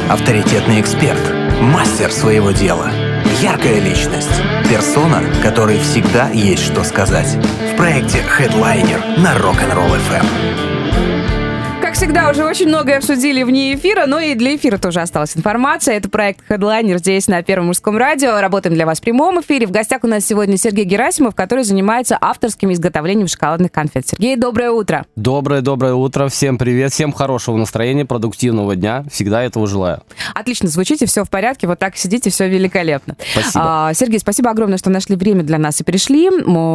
Авторитетный эксперт, мастер своего дела, яркая личность, персона, которой всегда есть что сказать. В проекте Headliner на Rock'n'Roll FM. Как всегда, уже очень многое обсудили вне эфира, но и для эфира тоже осталась информация. Это проект Headliner здесь, на Первом мужском радио. Работаем для вас в прямом эфире. В гостях у нас сегодня Сергей Герасимов, который занимается авторским изготовлением шоколадных конфет. Сергей, доброе утро. Доброе утро. Всем привет. Всем хорошего настроения, продуктивного дня. Всегда этого желаю. Отлично звучите, все в порядке. Вот так сидите, все великолепно. Спасибо. Сергей, спасибо огромное, что нашли время для нас и пришли.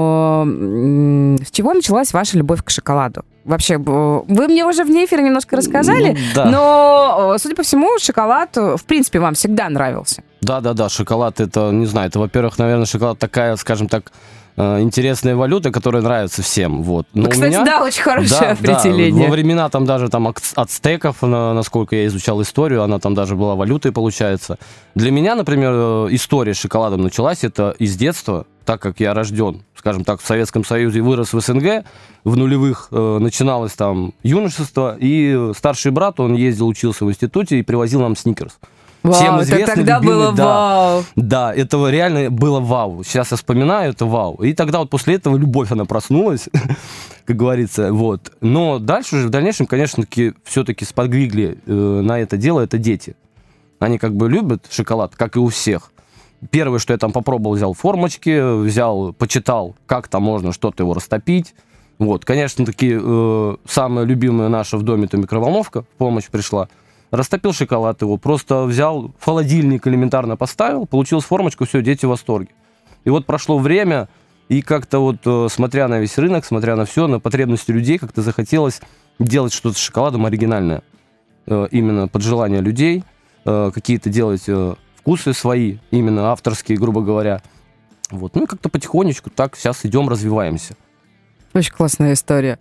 С чего началась ваша любовь к шоколаду? Вообще, вы мне уже вне эфира немножко рассказали, да. Но, судя по всему, шоколад, в принципе, вам всегда нравился. Да, шоколад, это, не знаю, это, во-первых, наверное, шоколад такая, скажем так, интересная валюта, которая нравится всем. Вот. Но кстати, у меня, да, очень хорошее определение. Во времена там даже там ацтеков, насколько я изучал историю, она там даже была валютой, получается. Для меня, например, история с шоколадом началась, это из детства, так как я рожден, скажем так, в Советском Союзе, вырос в СНГ, в нулевых начиналось там юношество, и старший брат, он ездил, учился в институте и привозил нам сникерс. Вау, всем это известный, тогда любимый, было вау. Да, это реально было вау. Сейчас я вспоминаю, это вау. И тогда вот после этого любовь, она проснулась, как говорится, вот. Но дальше уже в дальнейшем, конечно, все-таки сподвигли на это дело, это дети. Они как бы любят шоколад, как и у всех. Первое, что я там попробовал, взял формочки, почитал, как там можно что-то его растопить. Вот, конечно, самая любимая наша в доме, это микроволновка, в помощь пришла. Растопил шоколад его, просто взял, в холодильник элементарно поставил, получилась формочка, все, дети в восторге. И вот прошло время, и как-то вот, смотря на весь рынок, смотря на все, на потребности людей, как-то захотелось делать что-то с шоколадом оригинальное. Именно под желание людей, какие-то делать вкусы свои, именно авторские, грубо говоря. Вот. Ну и как-то потихонечку так сейчас идем, развиваемся. Очень классная история.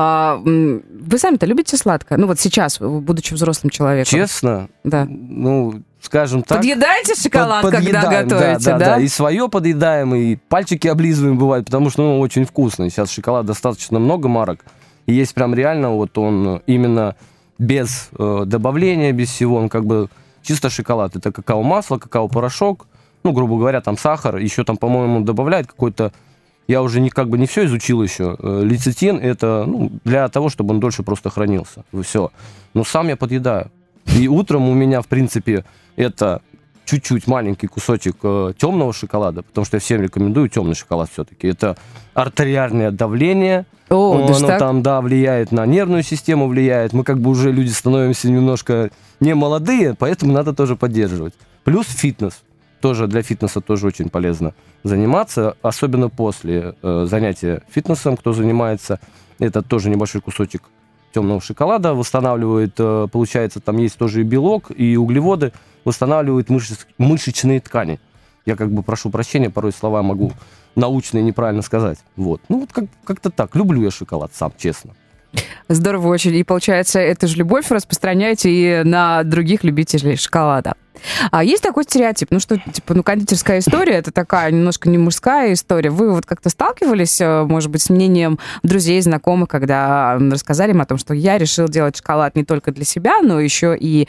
Вы сами-то любите сладкое? Ну вот сейчас, будучи взрослым человеком. Честно? Да. Ну, скажем так. Подъедаете шоколад, когда готовите, да? Да, и свое подъедаем, и пальчики облизываем бывает, потому что очень вкусный. Сейчас шоколад достаточно много марок. И есть прям реально, вот он именно без добавления, без всего, он как бы чисто шоколад. Это какао-масло, какао-порошок, ну, грубо говоря, там сахар. Еще там, по-моему, добавляет какой-то. Я уже не все изучил еще. Лецитин это для того, чтобы он дольше просто хранился. Все. Но сам я подъедаю. И утром у меня, в принципе, это чуть-чуть маленький кусочек темного шоколада, потому что я всем рекомендую темный шоколад все-таки. Это артериальное давление. Оно там, да, влияет на нервную систему, влияет. Мы как бы уже люди становимся немножко не молодые, поэтому надо тоже поддерживать. Плюс фитнес. Тоже для фитнеса тоже очень полезно заниматься, особенно после занятия фитнесом, кто занимается. Это тоже небольшой кусочек темного шоколада восстанавливает, получается, там есть тоже и белок, и углеводы, восстанавливает мышечные ткани. Я как бы прошу прощения, порой слова могу научные неправильно сказать. Вот. Ну вот как-то так. Люблю я шоколад сам, честно. Здорово очень. И получается, эту же любовь распространяете и на других любителей шоколада. А есть такой стереотип, что, кондитерская история, это такая немножко не мужская история. Вы вот как-то сталкивались, может быть, с мнением друзей, знакомых, когда рассказали им о том, что я решил делать шоколад не только для себя, но еще и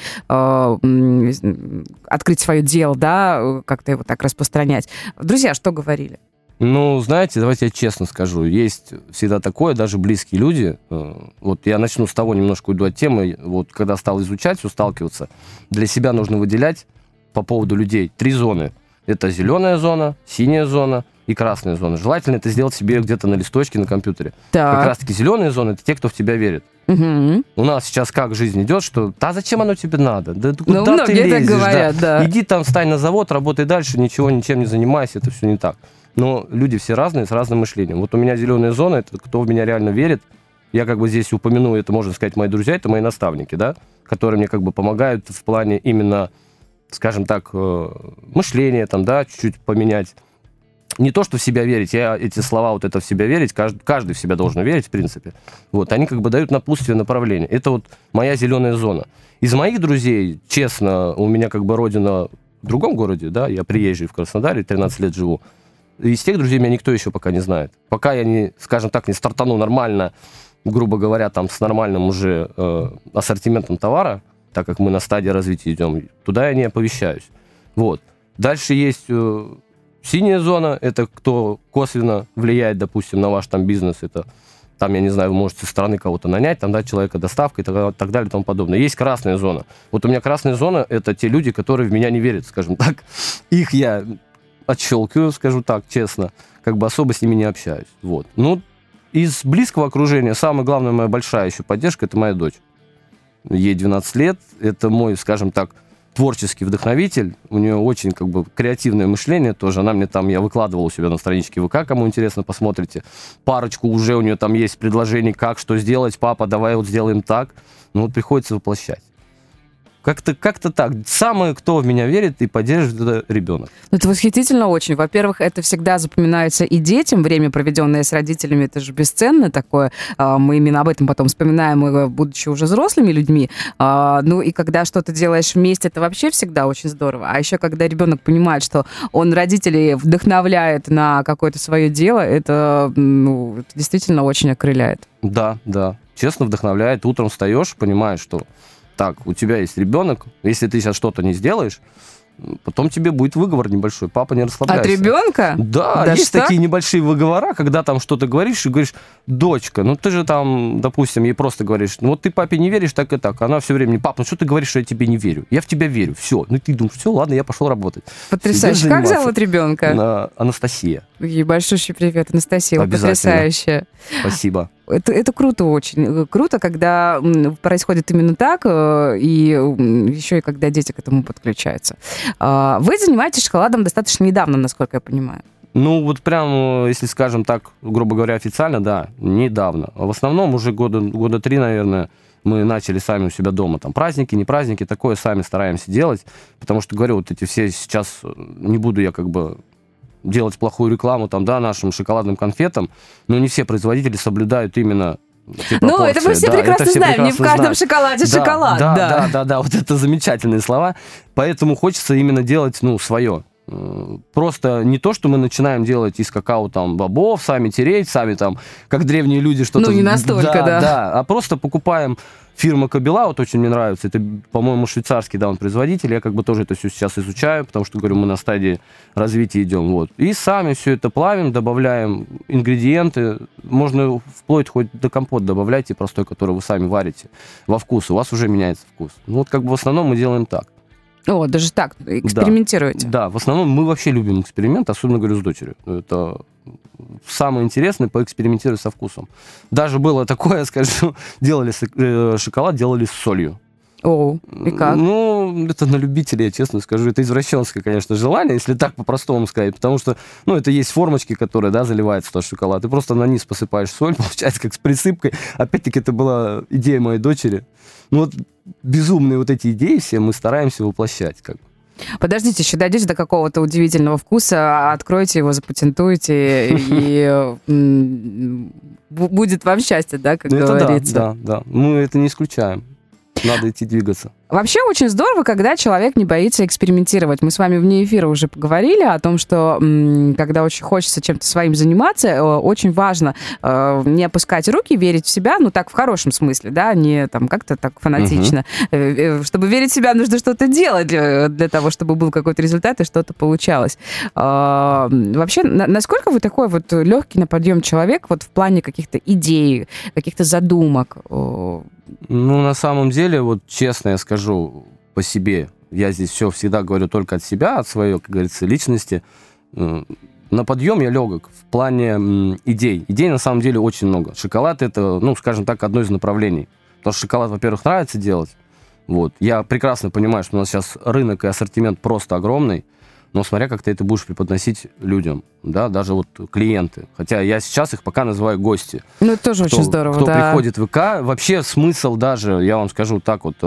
открыть свое дело, да, как-то его так распространять. Друзья что говорили? Ну, знаете, давайте я честно скажу. Есть всегда такое, даже близкие люди. Вот я начну с того, немножко уйду от темы. Вот когда стал изучать, все сталкиваться, для себя нужно выделять по поводу людей 3 зоны. Это зеленая зона, синяя зона и красная зона. Желательно это сделать себе где-то на листочке, на компьютере. Так. Как раз-таки зеленые зоны — это те, кто в тебя верит. Угу. У нас сейчас как жизнь идет, что да зачем оно тебе надо? Да куда многие ты лезешь? Так говорят, да. Иди там, встань на завод, работай дальше, ничем не занимайся, это все не так. Но люди все разные, с разным мышлением. Вот у меня зеленая зона, это кто в меня реально верит. Я как бы здесь упомяну, это можно сказать, мои друзья, это мои наставники, да, которые мне как бы помогают в плане именно, скажем так, мышления там, да, чуть-чуть поменять. Не то, что в себя верить, я эти слова, вот это в себя верить, каждый в себя должен верить, в принципе. Вот, они как бы дают напутствие, направление. Это вот моя зеленая зона. Из моих друзей, честно, у меня как бы родина в другом городе, да, я приезжий в Краснодаре, 13 лет живу. Из тех друзей меня никто еще пока не знает. Пока я не, скажем так, не стартану нормально, грубо говоря, там с нормальным уже ассортиментом товара, так как мы на стадии развития идем, туда я не оповещаюсь. Вот. Дальше есть синяя зона, это кто косвенно влияет, допустим, на ваш там бизнес, это там, я не знаю, вы можете со стороны кого-то нанять, там дать человека доставкой и так далее и тому подобное. Есть красная зона. Вот у меня красная зона — это те люди, которые в меня не верят, скажем так. Их я отщелкиваю, скажу так, честно, как бы особо с ними не общаюсь. Вот. Ну, из близкого окружения самая главная моя большая еще поддержка — это моя дочь. Ей 12 лет, это мой, скажем так, творческий вдохновитель, у нее очень как бы креативное мышление тоже, она мне там, я выкладывал у себя на страничке ВК, кому интересно, посмотрите, парочку уже у нее там есть предложений, как, что сделать, папа, давай вот сделаем так, ну вот приходится воплощать. Как-то так. Самый, кто в меня верит и поддерживает, это ребенок. Это восхитительно очень. Во-первых, это всегда запоминается и детям. Время, проведенное с родителями, это же бесценно такое. Мы именно об этом потом вспоминаем, будучи уже взрослыми людьми. Ну и когда что-то делаешь вместе, это вообще всегда очень здорово. А еще когда ребенок понимает, что он родителей вдохновляет на какое-то свое дело, это, это действительно очень окрыляет. Да. Честно вдохновляет. Утром встаешь, понимаешь, что так, у тебя есть ребенок, если ты сейчас что-то не сделаешь, потом тебе будет выговор небольшой. Папа, не расслабляйся. От ребенка? Да, есть такие небольшие выговора, когда там что-то говоришь и говоришь: дочка, ну ты же там, допустим, ей просто говоришь, ну вот ты папе не веришь, так и так. Она все время: пап, ну что ты говоришь, что я тебе не верю? Я в тебя верю. Все. Ну ты думаешь: все, ладно, я пошел работать. Потрясающе. Как зовут ребенка? Анастасия. Ей большущий привет, Анастасия. Вы потрясающая. Спасибо. Это круто очень. Круто, когда происходит именно так, и еще и когда дети к этому подключаются. Вы занимаетесь шоколадом достаточно недавно, насколько я понимаю. Ну, вот прям, если скажем так, грубо говоря, официально, да, недавно. В основном уже года 3, наверное, мы начали сами у себя дома. Там праздники, не праздники, такое сами стараемся делать. Потому что, говорю, вот эти все сейчас, не буду я как бы делать плохую рекламу там, да, нашим шоколадным конфетам, но не все производители соблюдают именно те пропорции. Ну, это мы все прекрасно знаем, не в каждом шоколаде шоколад. Да, вот это замечательные слова. Поэтому хочется именно делать, свое. Просто не то, что мы начинаем делать из какао там бобов, сами тереть, сами там, как древние люди что-то... Ну, не настолько, да. Да, а просто покупаем фирма Кобела, вот очень мне нравится, это, по-моему, швейцарский, да, он производитель, я как бы тоже это все сейчас изучаю, потому что, говорю, мы на стадии развития идем, вот. И сами все это плавим, добавляем ингредиенты, можно вплоть хоть до компот добавляйте простой, который вы сами варите во вкус, у вас уже меняется вкус. Ну, вот как бы в основном мы делаем так. О, даже так, экспериментируете. Да, в основном мы вообще любим эксперимент, особенно, говорю, с дочерью. Это самое интересное — поэкспериментировать со вкусом. Даже было такое, скажу, делали шоколад, делали с солью. О, и как? Ну, это на любителя, я честно скажу. Это извращенское, конечно, желание, если так по-простому сказать. Потому что, это есть формочки, которые, да, заливаются в тот шоколад. Ты просто на низ посыпаешь соль, получается, как с присыпкой. Опять-таки, это была идея моей дочери. Вот безумные вот эти идеи все мы стараемся воплощать, как бы. Подождите, еще дойдете до какого-то удивительного вкуса, откройте его, запатентуйте, и будет вам счастье, да, как говорится. Да. Мы это не исключаем. Надо идти двигаться. Вообще очень здорово, когда человек не боится экспериментировать. Мы с вами вне эфира уже поговорили о том, что когда очень хочется чем-то своим заниматься, очень важно не опускать руки, верить в себя, так в хорошем смысле, да, не там как-то так фанатично. Чтобы верить в себя, нужно что-то делать для того, чтобы был какой-то результат и что-то получалось. Вообще, насколько вы такой вот легкий на подъем человек вот в плане каких-то идей, каких-то задумок? На самом деле, вот честно я скажу по себе, я здесь все всегда говорю только от себя, от своей, как говорится, личности. На подъем я легок в плане идей. Идей на самом деле очень много. Шоколад — это, скажем так, одно из направлений. Потому что шоколад, во-первых, нравится делать. Вот. Я прекрасно понимаю, что у нас сейчас рынок и ассортимент просто огромный, но смотря как ты это будешь преподносить людям, да, даже вот клиенты. Хотя я сейчас их пока называю гости. Это тоже очень здорово, кто приходит в ВК. Вообще смысл даже, я вам скажу так вот,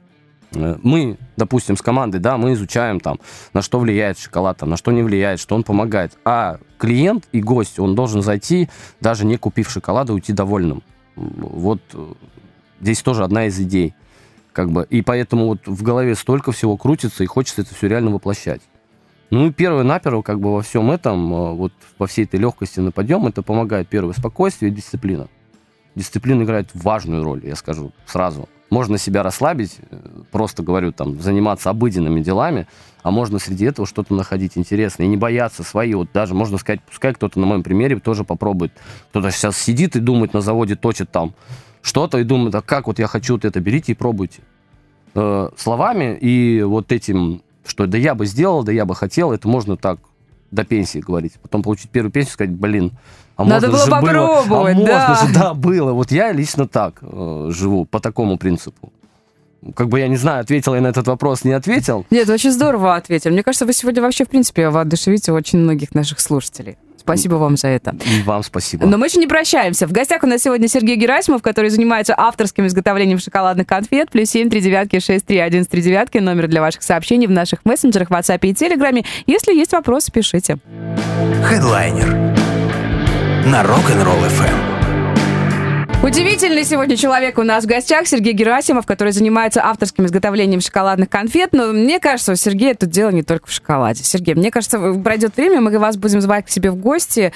мы, допустим, с командой, да, мы изучаем там, на что влияет шоколад, там, на что не влияет, что он помогает. А клиент и гость, он должен зайти, даже не купив шоколада, уйти довольным. Вот здесь тоже одна из идей. Как бы. И поэтому вот в голове столько всего крутится, и хочется это все реально воплощать. И первое-наперво, как бы во всем этом, вот во всей этой легкости на подъем, это помогает, первое, спокойствие и дисциплина. Дисциплина играет важную роль, я скажу сразу. Можно себя расслабить, просто, говорю, там, заниматься обыденными делами, а можно среди этого что-то находить интересное. И не бояться свои. Вот даже, можно сказать, пускай кто-то на моем примере тоже попробует. Кто-то сейчас сидит и думает, на заводе точит там что-то, и думает, а как вот я хочу вот это, берите и пробуйте. Словами и вот этим, что да я бы сделал, да я бы хотел, это можно так до пенсии говорить. Потом получить первую пенсию, сказать, блин, а надо можно было же попробовать, было, а да. можно же, да, было. Вот я лично так живу, по такому принципу. Как бы я не знаю, ответил я на этот вопрос, не ответил. Нет, очень здорово ответил. Мне кажется, вы сегодня вообще, в принципе, воодушевите очень многих наших слушателей. Спасибо вам за это. И вам спасибо. Но мы еще не прощаемся. В гостях у нас сегодня Сергей Герасимов, который занимается авторским изготовлением шоколадных конфет. +7 3 6 3 1 3 9. Номер для ваших сообщений в наших мессенджерах, в WhatsApp и Телеграме. Если есть вопросы, пишите. Хедлайнер на Rock'n'Roll FM. Удивительный сегодня человек у нас в гостях, Сергей Герасимов, который занимается авторским изготовлением шоколадных конфет. Но мне кажется, у Сергея тут дело не только в шоколаде. Сергей, мне кажется, пройдет время, мы вас будем звать к себе в гости,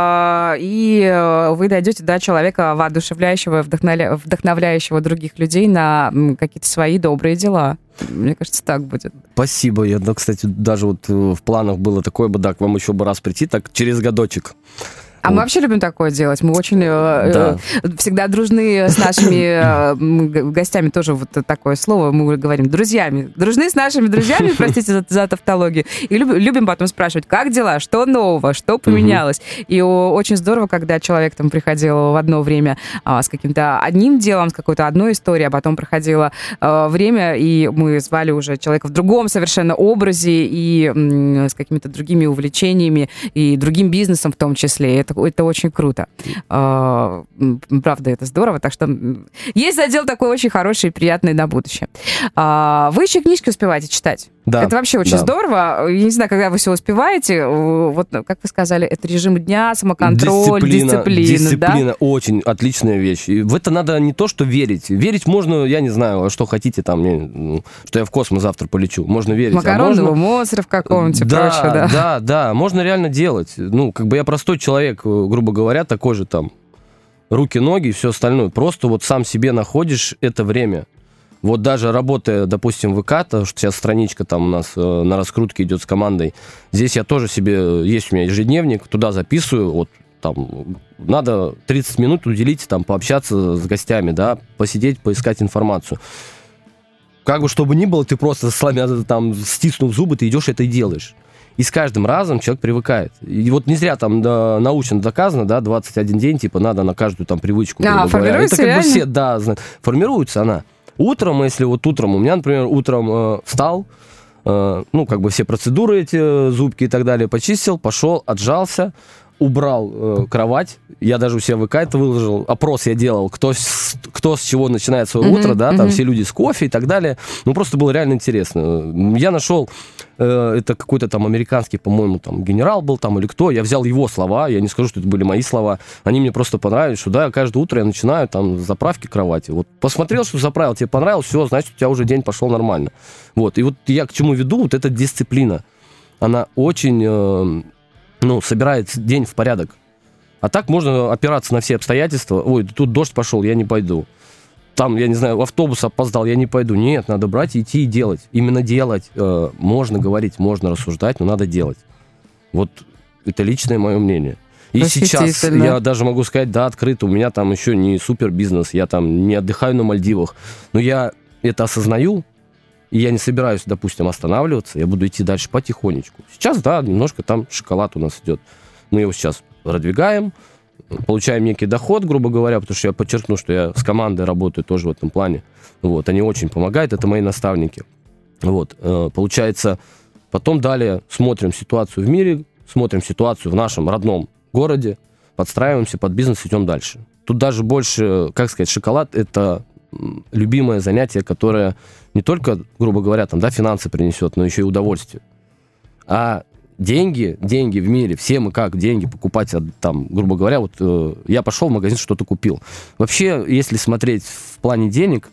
и вы дойдете до человека, воодушевляющего, вдохновляющего других людей на какие-то свои добрые дела. Мне кажется, так будет. Спасибо. Я, кстати, даже вот в планах было такое бы, да, к вам еще бы раз прийти, так через годочек. А мы вообще любим такое делать. Мы очень всегда дружны с нашими гостями. Тоже вот такое слово мы говорим. Друзьями. Дружны с нашими друзьями, простите за тавтологию. И любим потом спрашивать, как дела, что нового, что поменялось. И очень здорово, когда человек там приходил в одно время с каким-то одним делом, с какой-то одной историей, а потом проходило время, и мы звали уже человека в другом совершенно образе и с какими-то другими увлечениями, и другим бизнесом в том числе. Это очень круто. Правда, это здорово. Так что есть задел такой очень хороший и приятный на будущее. Вы еще книжки успеваете читать? Да. Это вообще очень здорово. Я не знаю, когда вы все успеваете. Вот, как вы сказали, это режим дня, самоконтроль, дисциплина. Да? Очень отличная вещь. И в это надо не то, что верить. Верить можно, я не знаю, что хотите там, что я в космос завтра полечу. Можно верить. Макаронного монстра в каком-нибудь и прочее, Да. Можно реально делать. Ну, как бы я простой человек, грубо говоря, такой же там руки, ноги и все остальное. Просто вот сам себе находишь это время. Вот даже работая, допустим, в ВК, то, что сейчас страничка там у нас на раскрутке идет с командой, здесь я тоже себе, есть у меня ежедневник, туда записываю, вот там надо 30 минут уделить, там, пообщаться с гостями, да, посидеть, поискать информацию. Как бы чтобы ни было, ты просто там, стиснув зубы, ты идешь это и делаешь. И с каждым разом человек привыкает. И вот не зря там научно доказано, да, 21 день, типа, надо на каждую там привычку. Формируется, это как реально? бы все, да, формируется она. Утром, если вот утром, у меня, например, утром встал, ну, как бы все процедуры эти, зубки и так далее, почистил, пошел, отжался, убрал кровать. Я даже у себя в ВК это выложил. Опрос я делал, кто с чего начинает свое утро, да, там все люди с кофе и так далее. Ну, просто было реально интересно. Я нашел, это какой-то там американский, по-моему, там генерал был там или кто. Я взял его слова, я не скажу, что это были мои слова. Они мне просто понравились, что да, каждое утро я начинаю там с заправки кровати. Вот посмотрел, что заправил, тебе понравилось, все, значит, у тебя уже день пошел нормально. Вот, и вот я к чему веду, вот эта дисциплина. Она очень... собирает день в порядок. А так можно опираться на все обстоятельства. Ой, тут дождь пошел, я не пойду. Там, я не знаю, автобус опоздал, я не пойду. Нет, надо брать, идти и делать. Именно делать. Можно говорить, можно рассуждать, но надо делать. Вот это личное мое мнение. И сейчас я даже могу сказать, да, открыто, у меня там еще не супер бизнес, я там не отдыхаю на Мальдивах, но я это осознаю, и я не собираюсь, допустим, останавливаться, я буду идти дальше потихонечку. Сейчас, да, немножко там шоколад у нас идет. Мы его сейчас продвигаем, получаем некий доход, грубо говоря, потому что я подчеркну, что я с командой работаю тоже в этом плане. Вот, они очень помогают, это мои наставники. Вот, получается, потом далее смотрим ситуацию в мире, смотрим ситуацию в нашем родном городе, подстраиваемся под бизнес, идем дальше. Тут даже больше, как сказать, шоколад – это любимое занятие, которое не только, грубо говоря, там, да, финансы принесет, но еще и удовольствие. А деньги в мире, все мы как деньги покупать, там, грубо говоря, вот я пошел в магазин, что-то купил. Вообще, если смотреть в плане денег,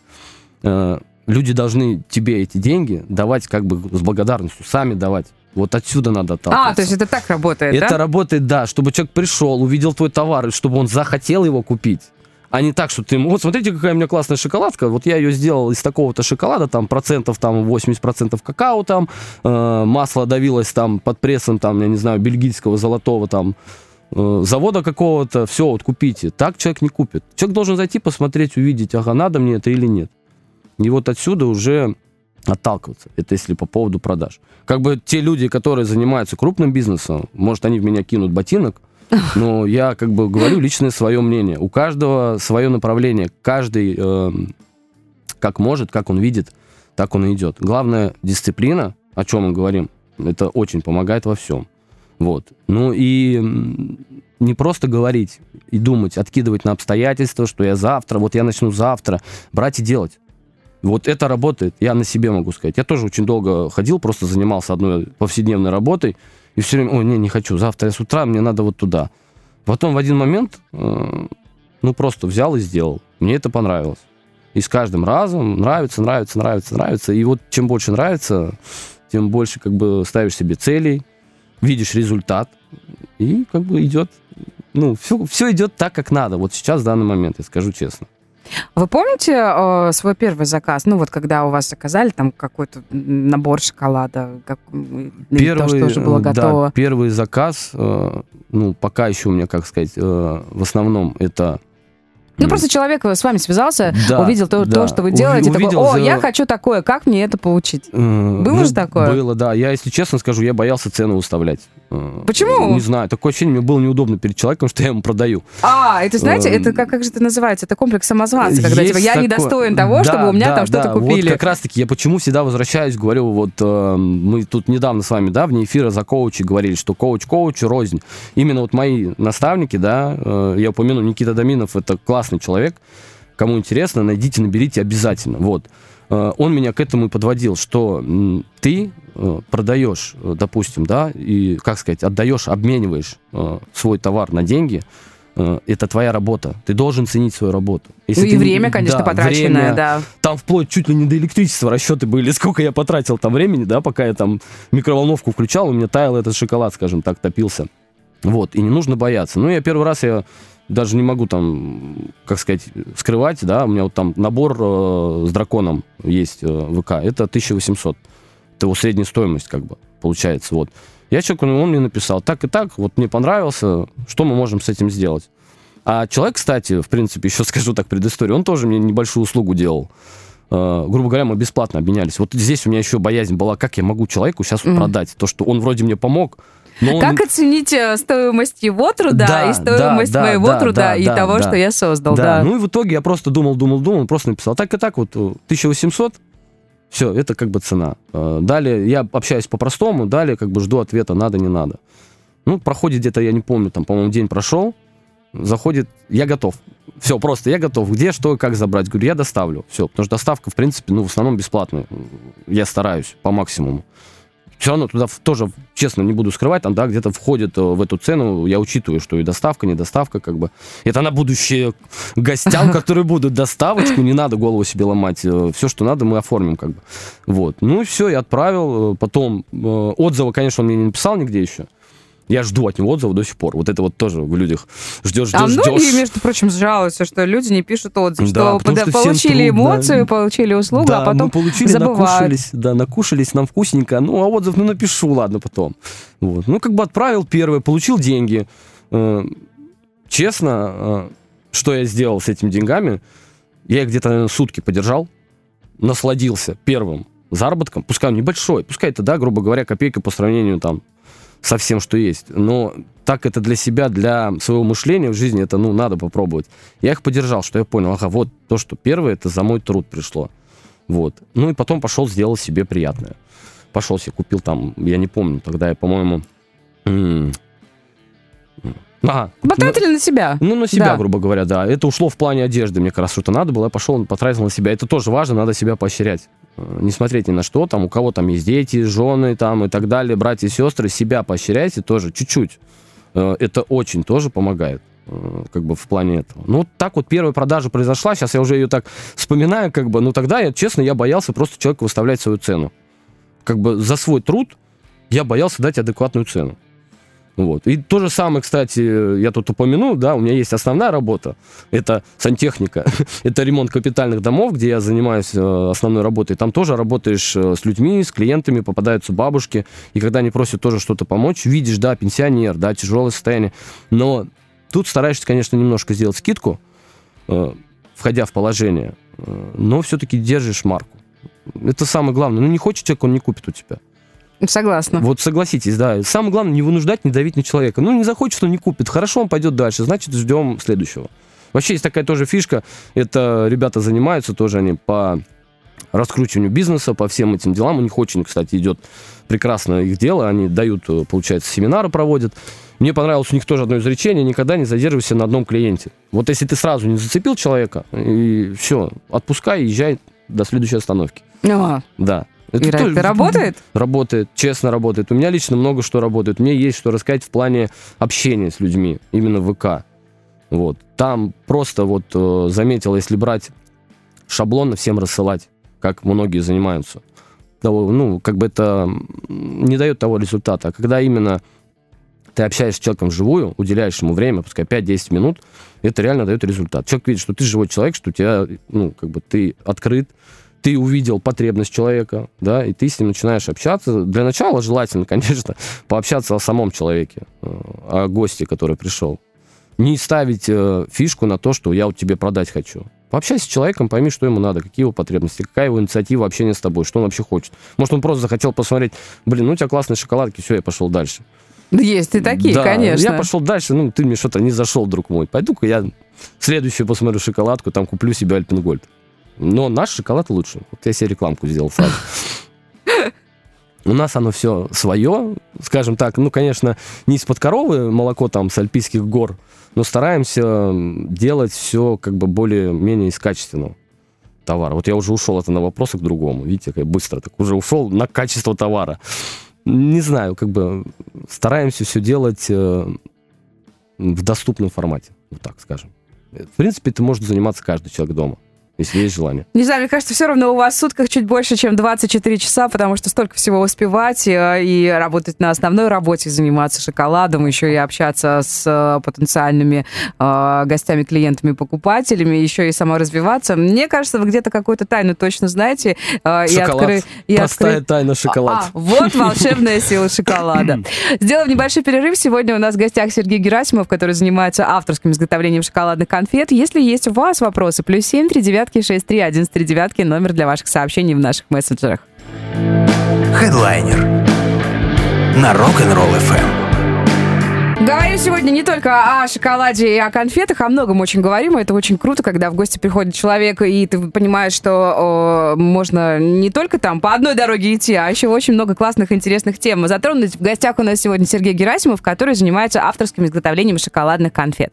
люди должны тебе эти деньги давать как бы с благодарностью, сами давать. Вот отсюда надо отталкиваться. То есть это так работает, да? Это работает, да, чтобы человек пришел, увидел твой товар, и чтобы он захотел его купить. А не так, что ты... Вот смотрите, какая у меня классная шоколадка. Вот я ее сделал из такого-то шоколада, там, процентов, там, 80% какао, там, масло давилось, там, под прессом, там, я не знаю, бельгийского золотого, там, завода какого-то, все, вот купите. Так человек не купит. Человек должен зайти, посмотреть, увидеть, ага, надо мне это или нет. И вот отсюда уже отталкиваться. Это если по поводу продаж. Как бы те люди, которые занимаются крупным бизнесом, может, они в меня кинут ботинок, но я как бы говорю личное свое мнение. У каждого свое направление. Каждый как может, как он видит, так он и идет. Главное, дисциплина, о чем мы говорим, это очень помогает во всем. Вот. Ну и не просто говорить и думать, откидывать на обстоятельства, что я завтра, вот я начну завтра, брать и делать. Вот это работает, я на себе могу сказать. Я тоже очень долго ходил, просто занимался одной повседневной работой, и все время, ой, не хочу, завтра с утра, мне надо вот туда. Потом в один момент, ну, просто взял и сделал. Мне это понравилось. И с каждым разом нравится. И вот чем больше нравится, тем больше как бы ставишь себе целей, видишь результат, и как бы идет, ну, все идет так, как надо. Вот сейчас, в данный момент, я скажу честно. Вы помните свой первый заказ? Ну, вот когда у вас заказали там какой-то набор шоколада, то, что уже было готово? Да, первый заказ, ну, пока еще у меня, как сказать, в основном это... Ну, просто человек с вами связался, увидел то, что вы делаете, такой, я хочу такое, как мне это получить? Было же такое? Было, да. Я, если честно скажу, я боялся цену выставлять. Почему? Не знаю, такое ощущение, мне было неудобно перед человеком, что я ему продаю. Это, знаете, это как же это называется? Это комплекс самозванца, когда типа, я недостоин того, чтобы у меня там что-то купили. Вот как раз-таки я почему всегда возвращаюсь, говорю, вот мы тут недавно с вами, да, вне эфира за коучи говорили, что коуч коучу рознь. Именно вот мои наставники, да, я упомяну, Никита Доминов, это классный человек, кому интересно, найдите, наберите обязательно, вот. Он меня к этому и подводил, что ты продаешь, допустим, да, и, как сказать, отдаешь, обмениваешь свой товар на деньги, это твоя работа. Ты должен ценить свою работу. Если и время, конечно, потраченное, время, да. Там вплоть чуть ли не до электричества расчеты были, сколько я потратил там времени, да, пока я там микроволновку включал, у меня таял этот шоколад, скажем так, топился. Вот, и не нужно бояться. Ну, я первый раз, я даже не могу там, как сказать, скрывать, да, у меня вот там набор с драконом есть ВК, это 1800. Это его средняя стоимость, как бы, получается, вот. Я человеку, он мне написал, так и так, вот мне понравился, что мы можем с этим сделать. А человек, кстати, в принципе, еще скажу так предысторию, он тоже мне небольшую услугу делал. Грубо говоря, мы бесплатно обменялись. Вот здесь у меня еще боязнь была, как я могу человеку сейчас продать, то, что он вроде мне помог. Как оценить стоимость его труда и стоимость моего труда и того, что я создал? Да. Ну и в итоге я просто думал, он просто написал, так и так, вот 1800, все, это как бы цена. Далее я общаюсь по-простому, далее как бы жду ответа, надо, не надо. Ну, проходит где-то, я не помню, там, по-моему, день прошел, заходит, я готов. Все, просто я готов. Где, что, как забрать? Говорю, я доставлю. Все, потому что доставка, в принципе, ну, в основном бесплатная. Я стараюсь по максимуму. Все равно туда тоже, честно, не буду скрывать, там, да, где-то входит в эту цену, я учитываю, что и доставка, не доставка, как бы. Это на будущее гостям, которые будут доставочку, не надо голову себе ломать. Все, что надо, мы оформим, как бы. Вот. Ну и все, я отправил. Потом отзывы, конечно, он мне не написал нигде еще. Я жду от него отзывов до сих пор. Вот это вот тоже в людях ждешь. Многие, между прочим, жалуются, что люди не пишут отзыв, что получили эмоцию, получили услугу, а потом забывают. Накушались, нам вкусненько. Ну, а отзыв, напишу, ладно, потом. Вот. Ну, как бы отправил первое, получил деньги. Честно, что я сделал с этими деньгами, я их где-то, наверное, сутки подержал, насладился первым заработком, пускай он небольшой, пускай это, да, грубо говоря, копейка по сравнению там со всем, что есть. Но так это для себя, для своего мышления в жизни, это, ну, надо попробовать. Я их поддержал, что я понял, ага, вот то, что первое, это за мой труд пришло. Вот. Ну, и потом пошел, сделал себе приятное. Пошел себе, купил там, я не помню, тогда я, по-моему... Потратили на себя. Ну, на себя, да. Грубо говоря, да. Это ушло в плане одежды, мне как раз что-то надо было, я пошел, потратил на себя. Это тоже важно, надо себя поощрять. Не смотреть ни на что, там, у кого там есть дети, жены, там, и так далее, братья и сестры, себя поощряйте тоже чуть-чуть. Это очень тоже помогает, как бы, в плане этого. Ну, так вот первая продажа произошла, сейчас я уже ее так вспоминаю, как бы, но тогда, честно, я боялся просто человеку выставлять свою цену. Как бы за свой труд я боялся дать адекватную цену. Вот. И то же самое, кстати, я тут упомянул, да, у меня есть основная работа, это сантехника, это ремонт капитальных домов, где я занимаюсь основной работой. Там тоже работаешь с людьми, с клиентами, попадаются бабушки, и когда они просят тоже что-то помочь, видишь, да, пенсионер, да, тяжелое состояние, но тут стараешься, конечно, немножко сделать скидку, входя в положение, но все-таки держишь марку. Это самое главное. Ну, не хочет человек, он не купит у тебя. Согласна. Вот согласитесь, да. Самое главное, не вынуждать, не давить на человека. Ну, не захочет, он не купит. Хорошо, он пойдет дальше, значит, ждем следующего. Вообще есть такая тоже фишка. Это ребята занимаются тоже, они по раскручиванию бизнеса, по всем этим делам. У них очень, кстати, идет прекрасно их дело. Они дают, получается, семинары проводят. Мне понравилось у них тоже одно изречение: никогда не задерживайся на одном клиенте. Вот если ты сразу не зацепил человека, и все, отпускай, езжай до следующей остановки. Да. Это работает? Работает, честно работает. У меня лично много что работает. Мне есть что рассказать в плане общения с людьми, именно в ВК. Вот. Там просто вот заметил, если брать шаблонно всем рассылать, как многие занимаются, ну, как бы это не дает того результата. А когда именно ты общаешься с человеком вживую, уделяешь ему время, пускай 5-10 минут, это реально дает результат. Человек видит, что ты живой человек, что у тебя, ну, как бы ты открыт, ты увидел потребность человека, да, и ты с ним начинаешь общаться. Для начала желательно, конечно, пообщаться о самом человеке, о госте, который пришел. Не ставить фишку на то, что я вот тебе продать хочу. Пообщайся с человеком, пойми, что ему надо, какие его потребности, какая его инициатива общения с тобой, что он вообще хочет. Может, он просто захотел посмотреть, блин, ну у тебя классные шоколадки, все, я пошел дальше. Есть и такие, да, конечно. Я пошел дальше, ну, ты мне что-то не зашел, друг мой. Пойду-ка я следующую посмотрю шоколадку, там куплю себе Альпенгольд. Но наш шоколад лучше. Вот я себе рекламку сделал сразу. У нас оно все свое, скажем так, ну, конечно, не из-под коровы молоко там с Альпийских гор, но стараемся делать все как бы более-менее из качественного товара. Вот я уже ушел это на вопросы к другому. Видите, как я быстро так уже ушел на качество товара. Не знаю, как бы стараемся все делать в доступном формате, вот так скажем. В принципе, это может заниматься каждый человек дома, если есть желание. Не знаю, мне кажется, все равно у вас в сутках чуть больше, чем 24 часа, потому что столько всего успевать и работать на основной работе, заниматься шоколадом, еще и общаться с потенциальными гостями, клиентами, покупателями, еще и саморазвиваться. Мне кажется, вы где-то какую-то тайну точно знаете. Шоколад. Простая тайна шоколада. Вот волшебная сила шоколада. Сделаем небольшой перерыв. Сегодня у нас в гостях Сергей Герасимов, который занимается авторским изготовлением шоколадных конфет. Если есть у вас вопросы, +7 39 631 39, номер для ваших сообщений в наших мессенджерах. Headliner на Rock'n'Roll FM. Говорим сегодня не только о шоколаде и о конфетах, о многом очень говорим. Это очень круто, когда в гости приходит человек, и ты понимаешь, что можно не только там по одной дороге идти, а еще очень много классных, интересных тем затронуть. В гостях у нас сегодня Сергей Герасимов, который занимается авторским изготовлением шоколадных конфет.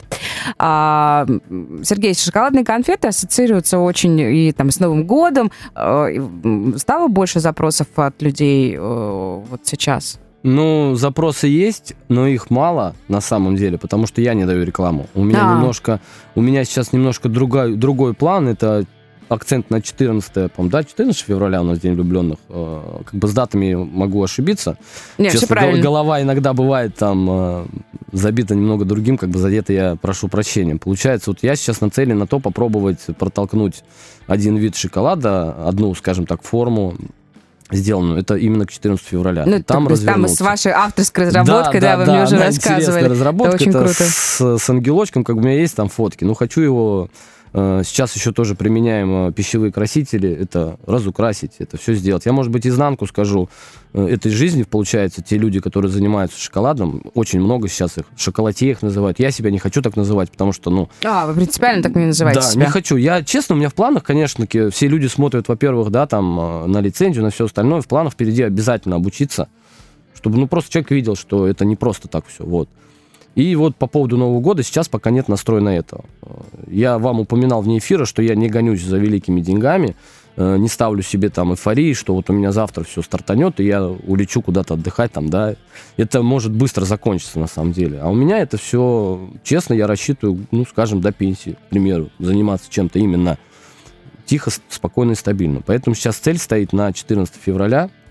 Сергей, шоколадные конфеты ассоциируются очень и там с Новым годом. Стало больше запросов от людей вот сейчас? Ну, запросы есть, но их мало на самом деле, потому что я не даю рекламу. У меня сейчас немножко другой план. Это акцент на 14, по-моему, да, 14 февраля у нас День влюбленных. Как бы с датами могу ошибиться. Нет, честно, все правильно. Голова иногда бывает там забита немного другим, как бы задета, я прошу прощения. Получается, вот я сейчас нацелен на то попробовать протолкнуть один вид шоколада, одну, скажем так, форму, сделанную. Это именно к 14 февраля. Ну, там с вашей авторской разработкой, да, вы мне уже рассказывали. Разработка. Это очень круто. С ангелочком, как бы у меня есть там фотки. Ну, хочу его... Сейчас еще тоже применяем пищевые красители. Это разукрасить, это все сделать. Я, может быть, изнанку скажу этой жизни. Получается, те люди, которые занимаются шоколадом, очень много сейчас их, шоколадье их называют. Я себя не хочу так называть, потому что, ну... вы принципиально так не называете себя? Да, не хочу. Я, честно, у меня в планах, конечно, все люди смотрят, во-первых, да, там, на лицензию, на все остальное. В планах впереди обязательно обучиться, чтобы, ну, просто человек видел, что это не просто так все, вот. И вот по поводу Нового года сейчас пока нет настроя на это. Я вам упоминал вне эфира, что я не гонюсь за великими деньгами, не ставлю себе там эйфории, что вот у меня завтра все стартанет, и я улечу куда-то отдыхать там, да. Это может быстро закончиться на самом деле. А у меня это все, честно, я рассчитываю, ну, скажем, до пенсии, к примеру, заниматься чем-то именно тихо, спокойно и стабильно. Поэтому сейчас цель стоит на 14 февраля.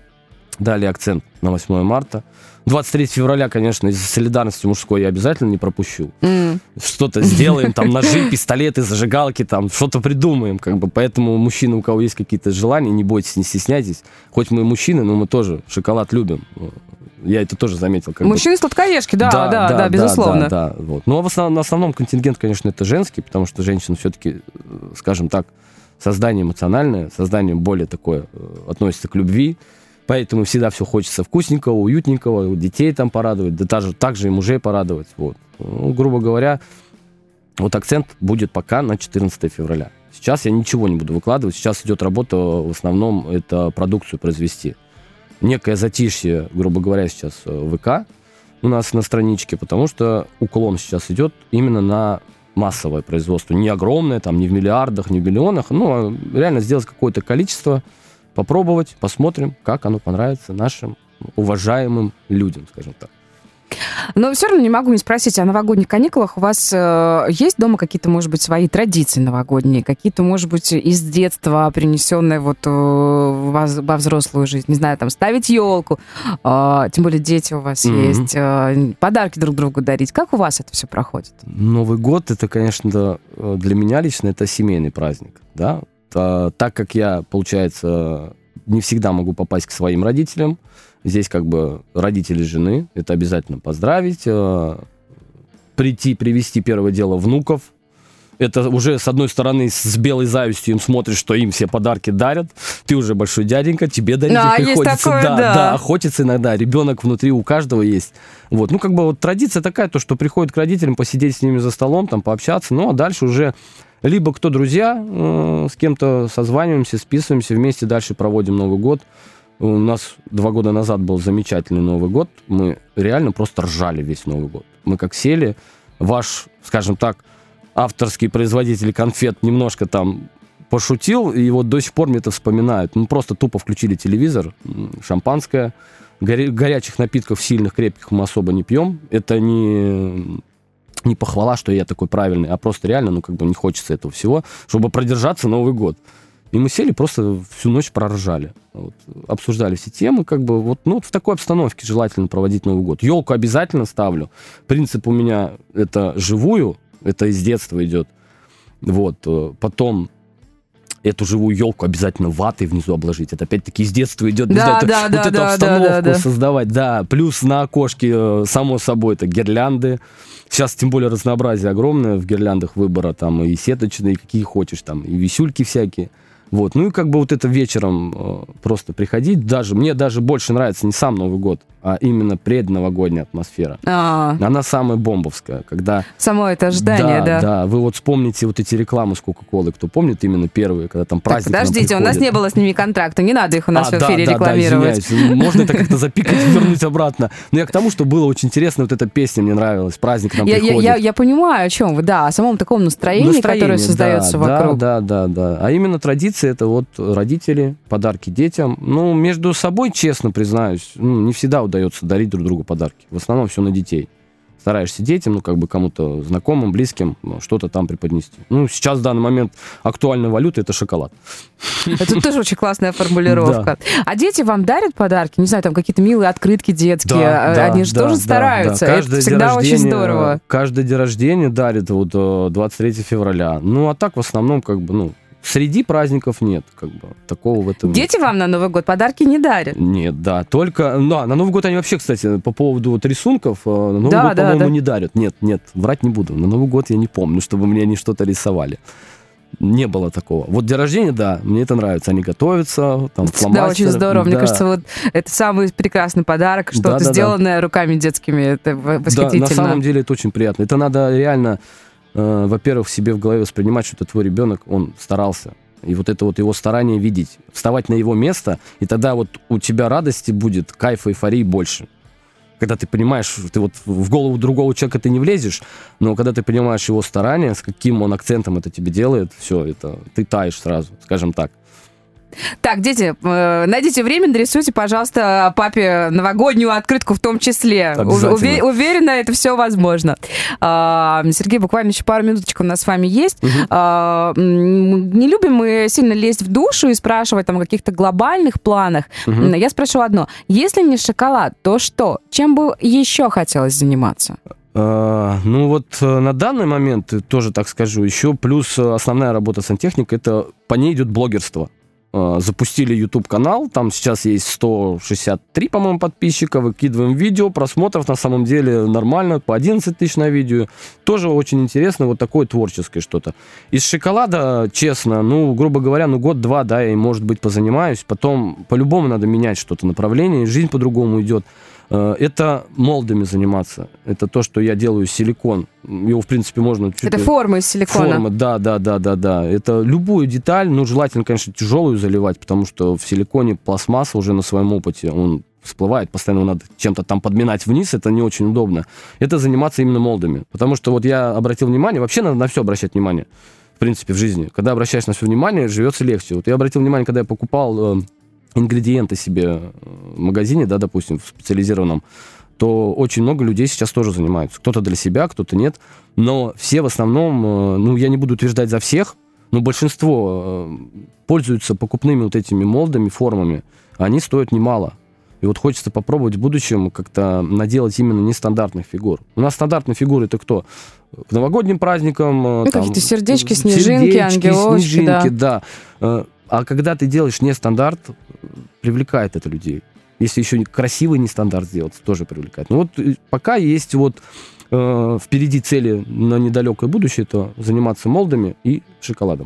дали акцент на 8 марта. 23 февраля, конечно, из-за солидарности мужской я обязательно не пропущу. Что-то сделаем, там ножи, пистолеты, зажигалки, там что-то придумаем, как бы. Поэтому мужчины, у кого есть какие-то желания, не бойтесь, не стесняйтесь. Хоть мы мужчины, но мы тоже шоколад любим. Я это тоже заметил. Мужчины сладкоежки, да, безусловно. Да, вот. Но в основном контингент, конечно, это женский, потому что женщина все-таки, скажем так, создание эмоциональное, создание более такое относится к любви. Поэтому всегда все хочется вкусненького, уютненького, детей там порадовать, да также и мужей порадовать. Вот. Ну, грубо говоря, вот акцент будет пока на 14 февраля. Сейчас я ничего не буду выкладывать, сейчас идет работа, в основном это продукцию произвести. Некое затишье, грубо говоря, сейчас в ВК у нас на страничке, потому что уклон сейчас идет именно на массовое производство. Не огромное, там, не в миллиардах, не в миллионах, но реально сделать какое-то количество, попробовать, посмотрим, как оно понравится нашим уважаемым людям, скажем так. Но все равно не могу не спросить, о новогодних каникулах у вас есть дома какие-то, может быть, свои традиции новогодние? Какие-то, может быть, из детства принесенные вот во взрослую жизнь? Не знаю, там, ставить елку, тем более дети у вас есть, подарки друг другу дарить. Как у вас это все проходит? Новый год, это, конечно, для меня лично, это семейный праздник, да? Так как я, получается, не всегда могу попасть к своим родителям, здесь как бы родители жены, это обязательно поздравить, прийти, привезти первое дело внуков. Это уже, с одной стороны, с белой завистью им смотришь, что им все подарки дарят. Ты уже большой дяденька, тебе дарить приходится. Такое, да, охотиться иногда. Ребенок внутри у каждого есть. Вот. Ну, как бы вот традиция такая, то, что приходят к родителям, посидеть с ними за столом, там, пообщаться. Ну, а дальше уже либо кто друзья, с кем-то созваниваемся, списываемся, вместе дальше проводим Новый год. У нас 2 года назад был замечательный Новый год. Мы реально просто ржали весь Новый год. Мы как сели, ваш, скажем так, авторский производитель конфет немножко там пошутил, и вот до сих пор мне это вспоминают. Мы просто тупо включили телевизор, шампанское, горячих напитков сильных, крепких мы особо не пьем. Это не похвала, что я такой правильный, а просто реально, ну, как бы не хочется этого всего, чтобы продержаться Новый год. И мы сели, просто всю ночь проржали. Вот, обсуждали все темы, как бы, вот, ну, вот в такой обстановке желательно проводить Новый год. Елку обязательно ставлю. Принцип у меня это живую, это из детства идет. Вот, потом эту живую елку обязательно ватой внизу обложить. Это опять-таки из детства идет. Эту обстановку создавать. Да, плюс на окошке, само собой, это гирлянды. Сейчас, тем более, разнообразие огромное в гирляндах выбора. Там и сеточные, какие хочешь, там и висюльки всякие. Вот. Ну и как бы вот это вечером просто приходить. Мне даже больше нравится не сам Новый год, а именно предновогодняя атмосфера. Она самая бомбовская, когда... Само это ожидание, да. Да, вы вот вспомните вот эти рекламы с Кока-Колы, кто помнит именно первые, когда там праздник. Так, подождите, у нас не было с ними контракта, не надо их у нас в эфире рекламировать. Да, можно это как-то запикать и вернуть обратно. Но я к тому, что было очень интересно, вот эта песня мне нравилась, праздник нам приходит. Я понимаю, о чем вы, да, о самом таком настроении, которое создается вокруг. Да. А именно традиция это вот родители, подарки детям. Ну, между собой, честно признаюсь, не всегда удается дарить друг другу подарки. В основном все на детей. Стараешься детям, ну, как бы кому-то знакомым, близким, что-то там преподнести. Ну, сейчас в данный момент актуальная валюта – это шоколад. Это тоже очень классная формулировка. Да. А дети вам дарят подарки? Не знаю, там какие-то милые открытки детские. Они же тоже стараются. Это всегда очень здорово. Каждый день рождения дарит вот 23 февраля. Ну, а так в основном как бы, ну, среди праздников нет, как бы, такого в этом. Дети вам на Новый год подарки не дарят? Нет, да, только... Да, на Новый год они вообще, кстати, по поводу вот рисунков, на Новый год, по-моему, не дарят. Нет, врать не буду. На Новый год я не помню, чтобы мне они что-то рисовали. Не было такого. Вот день рождения, да, мне это нравится. Они готовятся, там, фломастеры. Да, очень здорово. Мне кажется, вот это самый прекрасный подарок, что-то сделанное руками детскими. Это восхитительно. Да, на самом деле это очень приятно. Это надо реально... во-первых, себе в голове воспринимать, что это твой ребенок, он старался. И вот это вот его старание видеть, вставать на его место, и тогда вот у тебя радости будет, кайфа, эйфории больше. Когда ты понимаешь, ты вот в голову другого человека ты не влезешь, но когда ты понимаешь его старание, с каким он акцентом это тебе делает, все, это ты таешь сразу, скажем так. Так, дети, найдите время, нарисуйте, пожалуйста, папе новогоднюю открытку в том числе. Уверена, это все возможно. Сергей, буквально еще пару минуточек у нас с вами есть. Не любим мы сильно лезть в душу и спрашивать там о каких-то глобальных планах. Я спрошу одно. Если не шоколад, то что? Чем бы еще хотелось заниматься? Ну вот на данный момент, тоже так скажу, еще плюс основная работа сантехника, это по ней идет блогерство. Запустили YouTube-канал, там сейчас есть 163, по-моему, подписчика, выкидываем видео, просмотров на самом деле нормально, по 11 тысяч на видео. Тоже очень интересно, вот такое творческое что-то. Из шоколада, честно, ну, грубо говоря, ну, год-два, да, я, может быть, позанимаюсь, потом по-любому надо менять что-то, направление, жизнь по-другому идет. Это молдами заниматься. Это то, что я делаю силикон. Его, в принципе, можно... Это форма из силикона? Форма, да. Это любую деталь, ну, желательно, конечно, тяжелую заливать, потому что в силиконе пластмасса уже на своем опыте, он всплывает, постоянно надо чем-то там подминать вниз, это не очень удобно. Это заниматься именно молдами. Потому что вот я обратил внимание, вообще надо на все обращать внимание, в принципе, в жизни. Когда обращаешь на все внимание, живется легче. Вот я обратил внимание, когда я покупал... ингредиенты себе в магазине, да, допустим, в специализированном, то очень много людей сейчас тоже занимаются. Кто-то для себя, кто-то нет. Но все в основном, ну, я не буду утверждать за всех, но большинство пользуются покупными вот этими молдами, формами. Они стоят немало. И вот хочется попробовать в будущем как-то наделать именно нестандартных фигур. У нас стандартные фигуры это кто? К новогодним праздникам... Ну, какие-то сердечки, снежинки, ангелочки, снежинки, да. А когда ты делаешь нестандарт, привлекает это людей. Если еще красивый нестандарт сделать, тоже привлекает. Ну вот пока есть вот впереди цели на недалекое будущее, это заниматься молдами и шоколадом.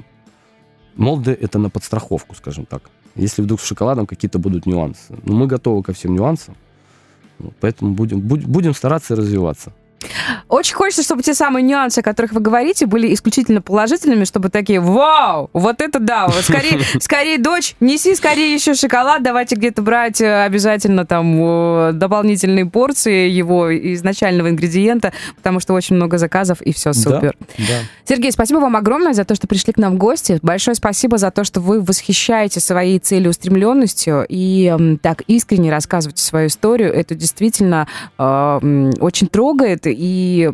Молды это на подстраховку, скажем так. Если вдруг с шоколадом какие-то будут нюансы. Но мы готовы ко всем нюансам, поэтому будем стараться развиваться. Очень хочется, чтобы те самые нюансы, о которых вы говорите, были исключительно положительными, чтобы такие, вау, вот это да, вот скорее, дочь, неси скорее еще шоколад, давайте где-то брать обязательно там дополнительные порции его изначального ингредиента, потому что очень много заказов, и все, супер. Да. Сергей, спасибо вам огромное за то, что пришли к нам в гости. Большое спасибо за то, что вы восхищаете своей целеустремленностью и так искренне рассказываете свою историю. Это действительно очень трогает и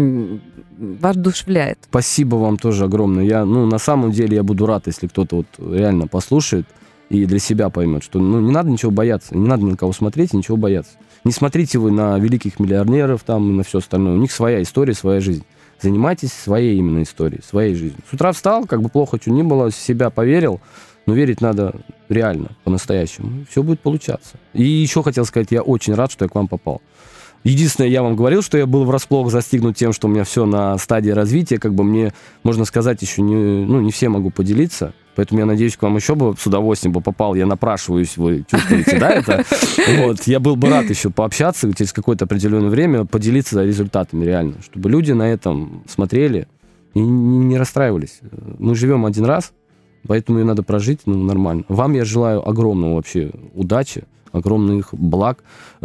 воодушевляет. Спасибо вам тоже огромное. На самом деле я буду рад, если кто-то вот реально послушает и для себя поймет, что не надо ничего бояться, не надо ни на кого смотреть и ничего бояться. Не смотрите вы на великих миллионеров там и на все остальное. У них своя история, своя жизнь. Занимайтесь своей именно историей, своей жизнью. С утра встал, как бы плохо что ни было, в себя поверил, но верить надо реально, по-настоящему. Все будет получаться. И еще хотел сказать, я очень рад, что я к вам попал. Единственное, я вам говорил, что я был врасплох застигнут тем, что у меня все на стадии развития, как бы мне, можно сказать, еще не все могу поделиться, поэтому я надеюсь, к вам еще бы с удовольствием бы попал, я напрашиваюсь, вы чувствуете, да, это? Вот, я был бы рад еще пообщаться через какое-то определенное время, поделиться результатами реально, чтобы люди на этом смотрели и не расстраивались. Мы живем один раз, поэтому ее надо прожить нормально. Вам я желаю огромного вообще удачи, огромных благ.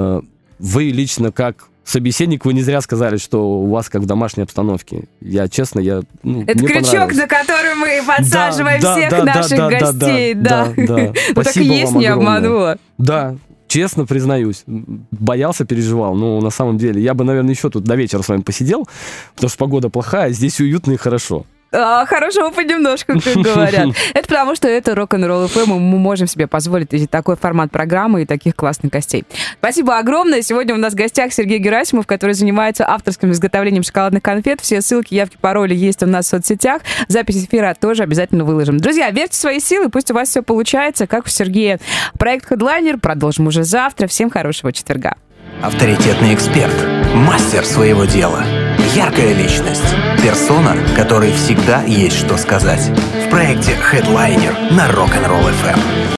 Вы лично как собеседник, вы не зря сказали, что у вас как в домашней обстановке. Я, честно, это крючок, на который мы подсаживаем всех наших гостей. Да. Ну так и есть, не обманула. Да, честно признаюсь. Боялся, переживал. Но на самом деле я бы, наверное, еще тут до вечера с вами посидел, потому что погода плохая, здесь уютно и хорошо. Хорошего понемножку, как говорят. Это потому, что это Rock'n'Roll FM, и мы можем себе позволить такой формат программы и таких классных гостей. Спасибо огромное. Сегодня у нас в гостях Сергей Герасимов, который занимается авторским изготовлением шоколадных конфет. Все ссылки, явки, пароли есть у нас в соцсетях. Запись эфира тоже обязательно выложим. Друзья, верьте в свои силы, пусть у вас все получается, как у Сергея. Проект Headliner продолжим уже завтра. Всем хорошего четверга. Авторитетный эксперт, мастер своего дела, яркая личность, персона, которой всегда есть что сказать. В проекте Headliner на Rock'n'Roll FM.